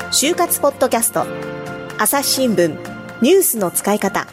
就活ポッドキャスト、朝日新聞ニュースの使い方。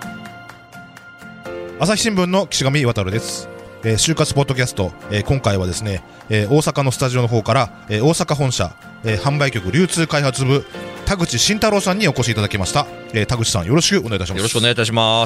朝日新聞の岸上渉です。就活ポッドキャスト、今回はですね、大阪のスタジオの方から、大阪本社、販売局流通開発部田口慎太郎さんにお越しいただきました。田口さん、よろしくお願いいたします。 よろしくお願いいたします。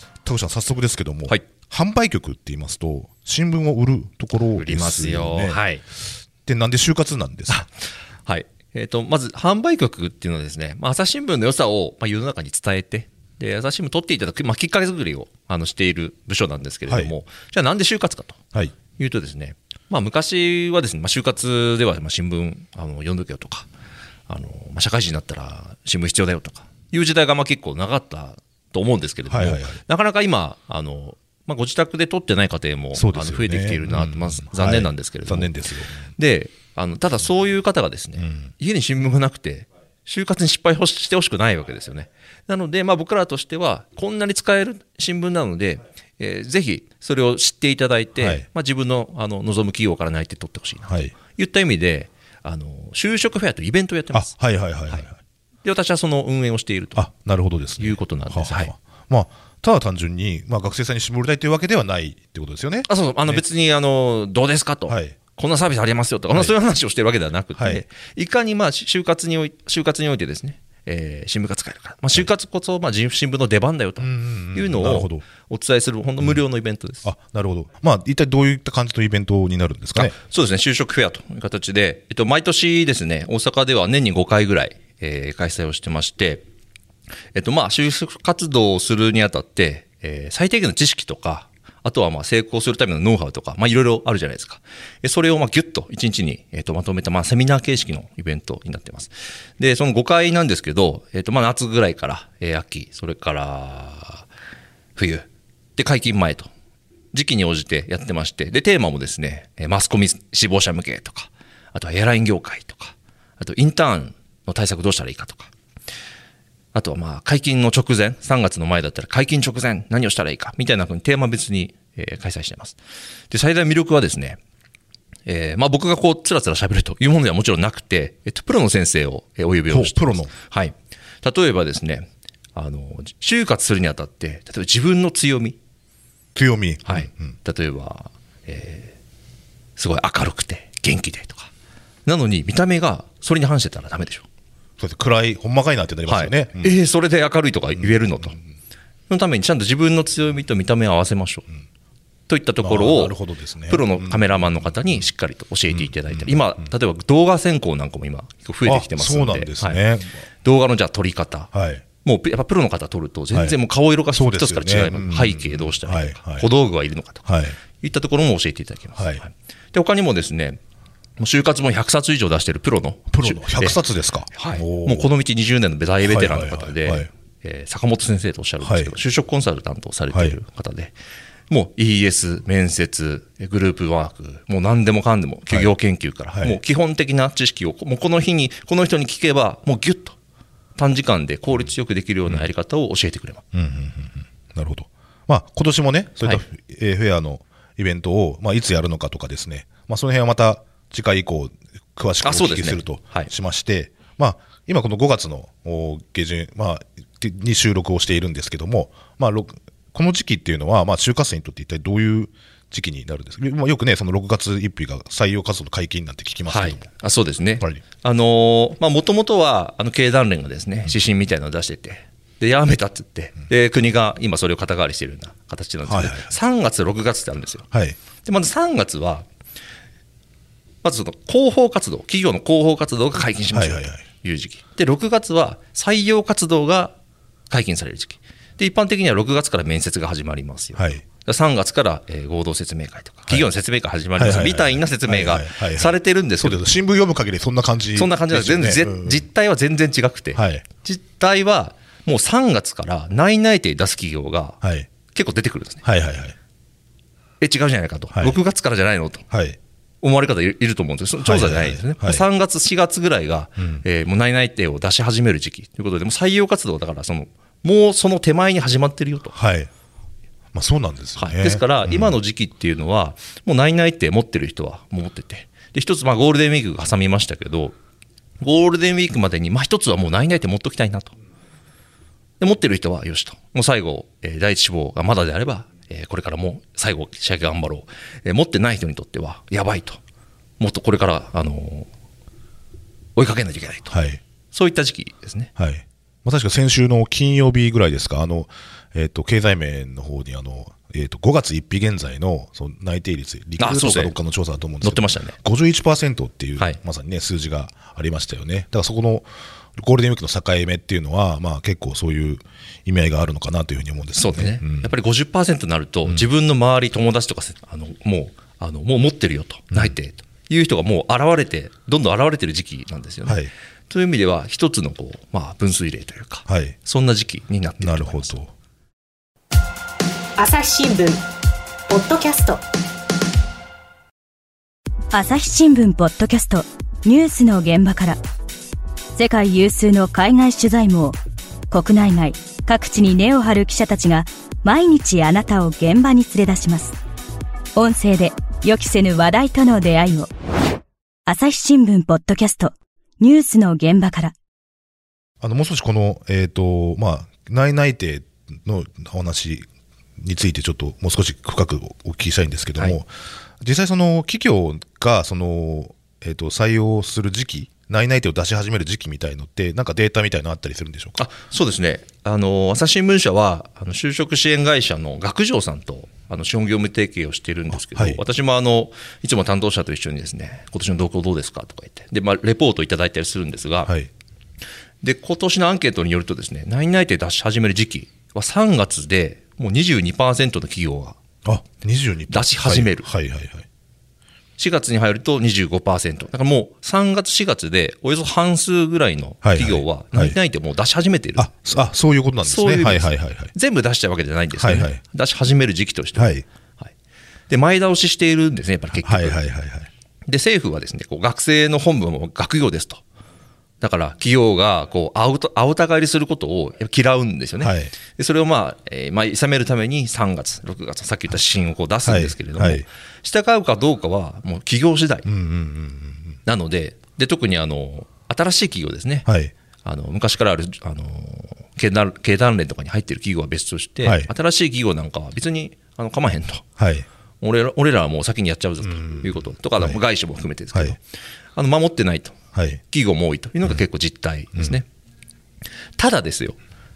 田口さん、早速ですけども、 はい、 販売局って言いますと新聞を売るところですよね。 売りますよ。はい。 で、なんで就活なんですか？ はい。まず販売局っていうのはですね、朝日新聞の良さを世の中に伝えて、で朝日新聞取っていただく、きっかけ作りをしている部署なんですけれども、じゃあなんで就活かというとですね、昔はですね、就活では新聞読んどけよとか、社会人になったら新聞必要だよとかいう時代が結構長かったと思うんですけれども、なかなか今ご自宅で取ってない家庭も増えてきているなと、残念なんですけれども、 残念ですよ。 でただそういう方がですね、家に新聞がなくて就活に失敗してほしくないわけですよね。なので僕らとしてはこんなに使える新聞なので、ぜひそれを知っていただいて、自分の望む企業から内定取ってほしいなといった意味で、就職フェアというイベントをやってます。で、私はその運営をしているということなんです。 ただ単純に、学生さんに絞りたいというわけではないってことですよね。 別にどうですかと、こんなサービスありますよとか、そういう話をしているわけではなくて、いかに就活においてですね、新聞が使えるから、就活こそ新聞の出番だよというのをお伝えする本当無料のイベントです。 なるほど。一体どういった感じのイベントになるんですかね。 そうですね、就職フェアという形で、毎年ですね、大阪では年に5回ぐらい、開催をしてまして、就職活動をするにあたって、最低限の知識とか、あとは成功するためのノウハウとか、いろいろあるじゃないですか。それをギュッと1日にまとめたセミナー形式のイベントになっています。で、その5回なんですけど、夏ぐらいから秋、それから冬で解禁前と時期に応じてやってまして、でテーマもですね、マスコミ志望者向けとか、あとはエアライン業界とか、あとインターンの対策どうしたらいいかとか、あとは解禁の直前、3月の前だったら解禁直前何をしたらいいかみたいなふうにテーマ別に開催しています。で、最大の魅力はですね、僕がつらつら喋るというものではもちろんなくて、プロの先生をお呼びをしています。はい。例えばですね、就活するにあたって、例えば自分の強み。はい。例えば、すごい明るくて元気でとか。なのに見た目がそれに反してたらダメでしょ。 暗い、ほんまかいなってなりますよね。 それで明るいとか言えるのと。そのためにちゃんと自分の強みと見た目を合わせましょう。といったところを、プロのカメラマンの方にしっかりと教えていただいて、今、例えば動画選考なんかも今、増えてきてますので、動画の撮り方。もうやっぱプロの方撮ると、全然もう顔色が一つから違います。背景どうしたらいいのか、小道具はいるのかといったところも教えていただきます。で、他にもですね、就活も100冊以上出しているプロの 100冊ですか。 もうこの道20年の大ベテランの方で、坂本先生とおっしゃるんですけど、就職コンサルタントをされている方で、もう ES、面接、グループワーク、もう何でもかんでも、企業研究から、もう基本的な知識を、もうこの日に、この人に聞けば、もうギュッと短時間で効率よくできるようなやり方を教えてくれます。 なるほど。今年もね、そういったフェアのイベントをいつやるのかとかですね、その辺はまた次回以降詳しくお聞きするとしまして、今この5月の下旬、に収録をしているんですけども、この時期っていうのは、就活生にとって一体どういう時期になるんですか。よくね、その6月1日が採用活動の解禁なんて聞きますけども。 そうですね。もともとは経団連がですね、指針みたいなのを出してて、でやめたって言って、で国が今それを肩代わりしているような形なんですけど、3月、6月ってあるんですよ。でまず3月はまずその広報活動、企業の広報活動が解禁しましょうという時期で、6月は採用活動が解禁される時期で、一般的には6月から面接が始まりますよ、3月から合同説明会とか企業の説明会始まりますみたいな説明がされてるんですけど、 新聞読む限りそんな感じですよね。 なんです。全然実態は全然違くて、実態はもう3月から内々定出す企業が結構出てくるんですね。違うじゃないかと、6月からじゃないのと思われ方いると思うんですけど、調査じゃないですね。3月4月ぐらいがもう内々定を出し始める時期ということで、もう採用活動だからもうその手前に始まってるよと。 そうなんですよね。 ですから今の時期っていうのはもう内々定持ってる人は持ってて、で一つゴールデンウィークが挟みましたけど、 ゴールデンウィークまでに、一つはもう内々定持っときたいなと。で、持ってる人はよしと。もう最後、第一志望がまだであれば、これからもう最後、仕上げ頑張ろう。持ってない人にとっては、やばいと。もっとこれから、追いかけないといけないと。そういった時期ですね。 確か先週の金曜日ぐらいですか、経済面の方に5月1日現在のその内定率、リクルートかどっかの調査だと思うんですけど、 載ってましたね。 51% っていう、まさにね、数字がありましたよね。だからそこのゴールデンウィークの境目っていうのは、結構そういう意味合いがあるのかなというふうに思うんですよね。 そうですね。やっぱり 50% になると、自分の周り、友達とか、もう持ってるよと、内定という人がもうどんどん現れてる時期なんですよね。という意味では、一つの分水嶺というか、そんな時期になっていると思います。 なるほど。 朝日新聞ポッドキャスト、 朝日新聞ポッドキャストニュースの現場から、世界有数の海外取材網、国内外各地に根を張る記者たちが毎日あなたを現場に連れ出します。音声で予期せぬ話題との出会いを。朝日新聞ポッドキャストニュースの現場から。 もう少しこの内々定のお話についてちょっともう少し深くお聞きしたいんですけども、実際その企業が採用する時期、内々定を出し始める時期みたいのってなんかデータみたいのあったりするんでしょうか。 そうですね。朝日新聞社は就職支援会社の学上さんと資本業務提携をしているんですけど、私もいつも担当者と一緒にですね、今年の動向どうですかとか言って、でレポートいただいたりするんですが、で今年のアンケートによるとですね、内々定出し始める時期は3月でもう 22% の企業が出し始める。4月に入ると 25%。だからもう3月4月でおよそ半数ぐらいの企業は内々定もう出し始めている。 そういうことなんですね。 全部出しちゃうわけじゃないんですよね。出し始める時期としては。で前倒ししているんですね、やっぱり結局。で政府はですね、学生の本部も学業ですと。だから企業が青たがりすることを嫌うんですよね。でそれを諌めるために3月、6月、さっき言った指針を出すんですけれども、従うかどうかはもう企業次第なので、特に新しい企業ですね、昔からある経団連とかに入っている企業は別として、新しい企業なんかは別に構わへんと、俺らはもう先にやっちゃうぞということとか、外資も含めてですけど、守ってないと。企業も多いというのが結構実態ですね。ただですよ、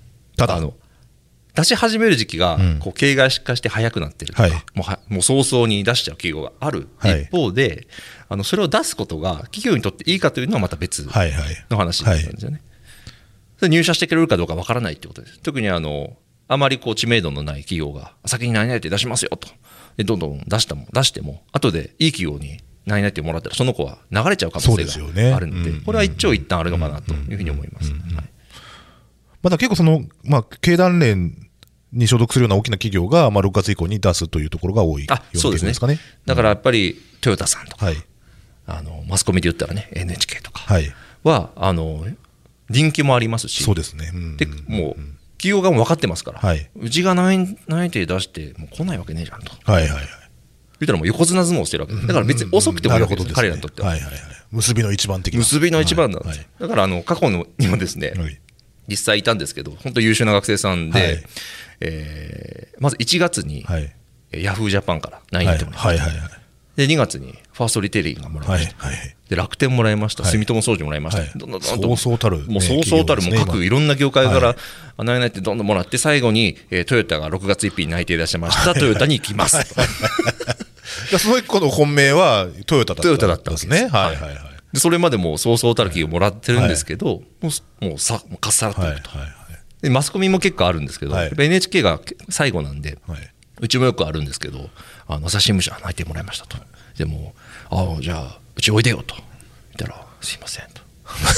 出し始める時期が形骸化して早くなってるとか、もう早々に出しちゃう企業がある一方で、それを出すことが企業にとっていいかというのはまた別の話なんですよね。それ入社してくれるかどうかわからないということです。特にあまり知名度のない企業が先に何々って出しますよと、でどんどん出しても後でいい企業に内々定もらったらその子は流れちゃう可能性があるので、これは一長一短あるのかなというふうに思います。 まだ結構経団連に所属するような大きな企業が6月以降に出すというところが多いような傾向ですかね。 だからやっぱりトヨタさんとか、マスコミで言ったらね NHK とかは人気もありますし、でもう企業側も分かってますから、うちが内々定出してもう来ないわけねえじゃんと。言ったらもう横綱相撲をしてるわけです。だから別に遅くてもいいわけです、彼らにとっては。 結びの一番的な。 結びの一番なんです。だから過去にもですね、実際いたんですけど、本当優秀な学生さんで、まず1月にヤフージャパンから内々定もらいました。で2月にファーストリテイリングがもらいました。で楽天もらいました。住友商事もらいました。 そうそうたるもう各いろんな業界から内々定どんどんもらって、最後にトヨタが6月1日に内定出してました。トヨタに行きます。 その子の本命はトヨタだったんですね。 でそれまでもそうそうたる企業もらってるんですけど、もうかっさらっていくと。でマスコミも結構あるんですけど、NHK が最後なんで、うちもよくあるんですけど、朝日新聞社内定もらいましたと。でもじゃあうちおいでよと言ったら、すいませんと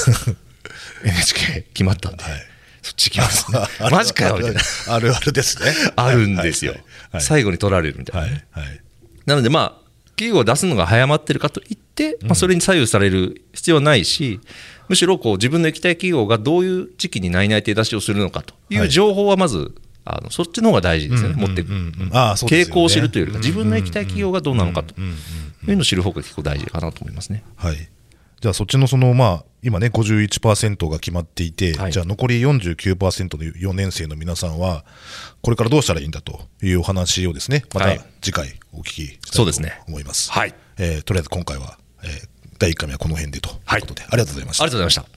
NHK 決まったんで、そっち行きますね。マジかよみたいな。 あるあるですね。 あるんですよ。最後に取られるみたいな。なので企業を出すのが早まってるかといって、それに左右される必要はないし、むしろ自分の行きたい企業がどういう時期に内々定出しをするのかという情報はまずそっちの方が大事ですよね。持っていく傾向を知るというよりか、自分の行きたい企業がどうなのかというのを知る方が結構大事かなと思いますね。 じゃあそっちの今ね 51% が決まっていて、 はい、 じゃあ残り 49% の4年生の皆さんはこれからどうしたらいいんだというお話をですね、また次回お聞きしたいと思います。 はい、 とりあえず今回は、第1回目はこの辺でということで、ありがとうございました。 ありがとうございました。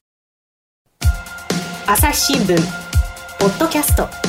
朝日新聞ポッドキャスト。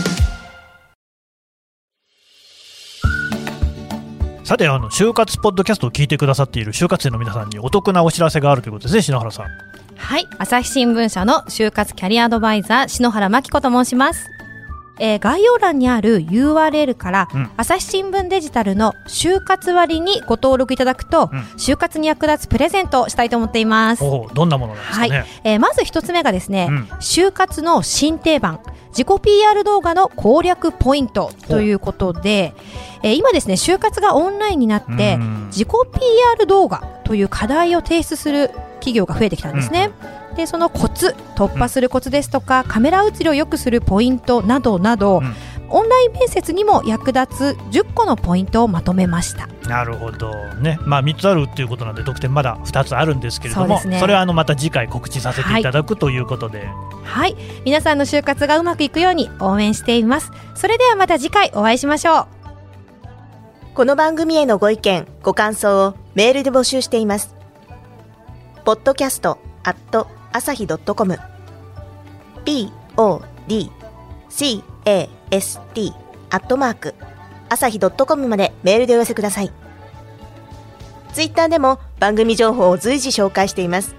さて就活ポッドキャストを聞いてくださっている就活生の皆さんにお得なお知らせがあるということですね。篠原さん。 はい、朝日新聞社の就活キャリアアドバイザー篠原真希子と申します。概要欄にある URL から、朝日新聞デジタルの就活割にご登録いただくと、就活に役立つプレゼントをしたいと思っています。 どんなものなんですかね。 はい、まず一つ目がですね、就活の新定番自己 PR 動画の攻略ポイントということで、今ですね就活がオンラインになって自己 PR 動画という課題を提出する企業が増えてきたんですね。でそのコツ、突破するコツですとか、カメラ映りを良くするポイントなどなど、オンライン面接にも役立つ10個のポイントをまとめました。 なるほどね。3つあるということなんで特典まだ2つあるんですけれども、 それはまた次回告知させていただくということで、 はい、皆さんの就活がうまくいくように応援しています。それではまた次回お会いしましょう。 この番組へのご意見ご感想をメールで募集しています。podcast@asahi.com podcast@asahi.com までメールでお寄せください。ツイッターでも番組情報を随時紹介しています。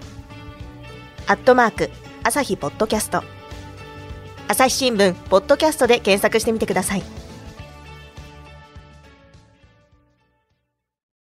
朝日ポッドキャスト、朝日新聞ポッドキャストで検索してみてください。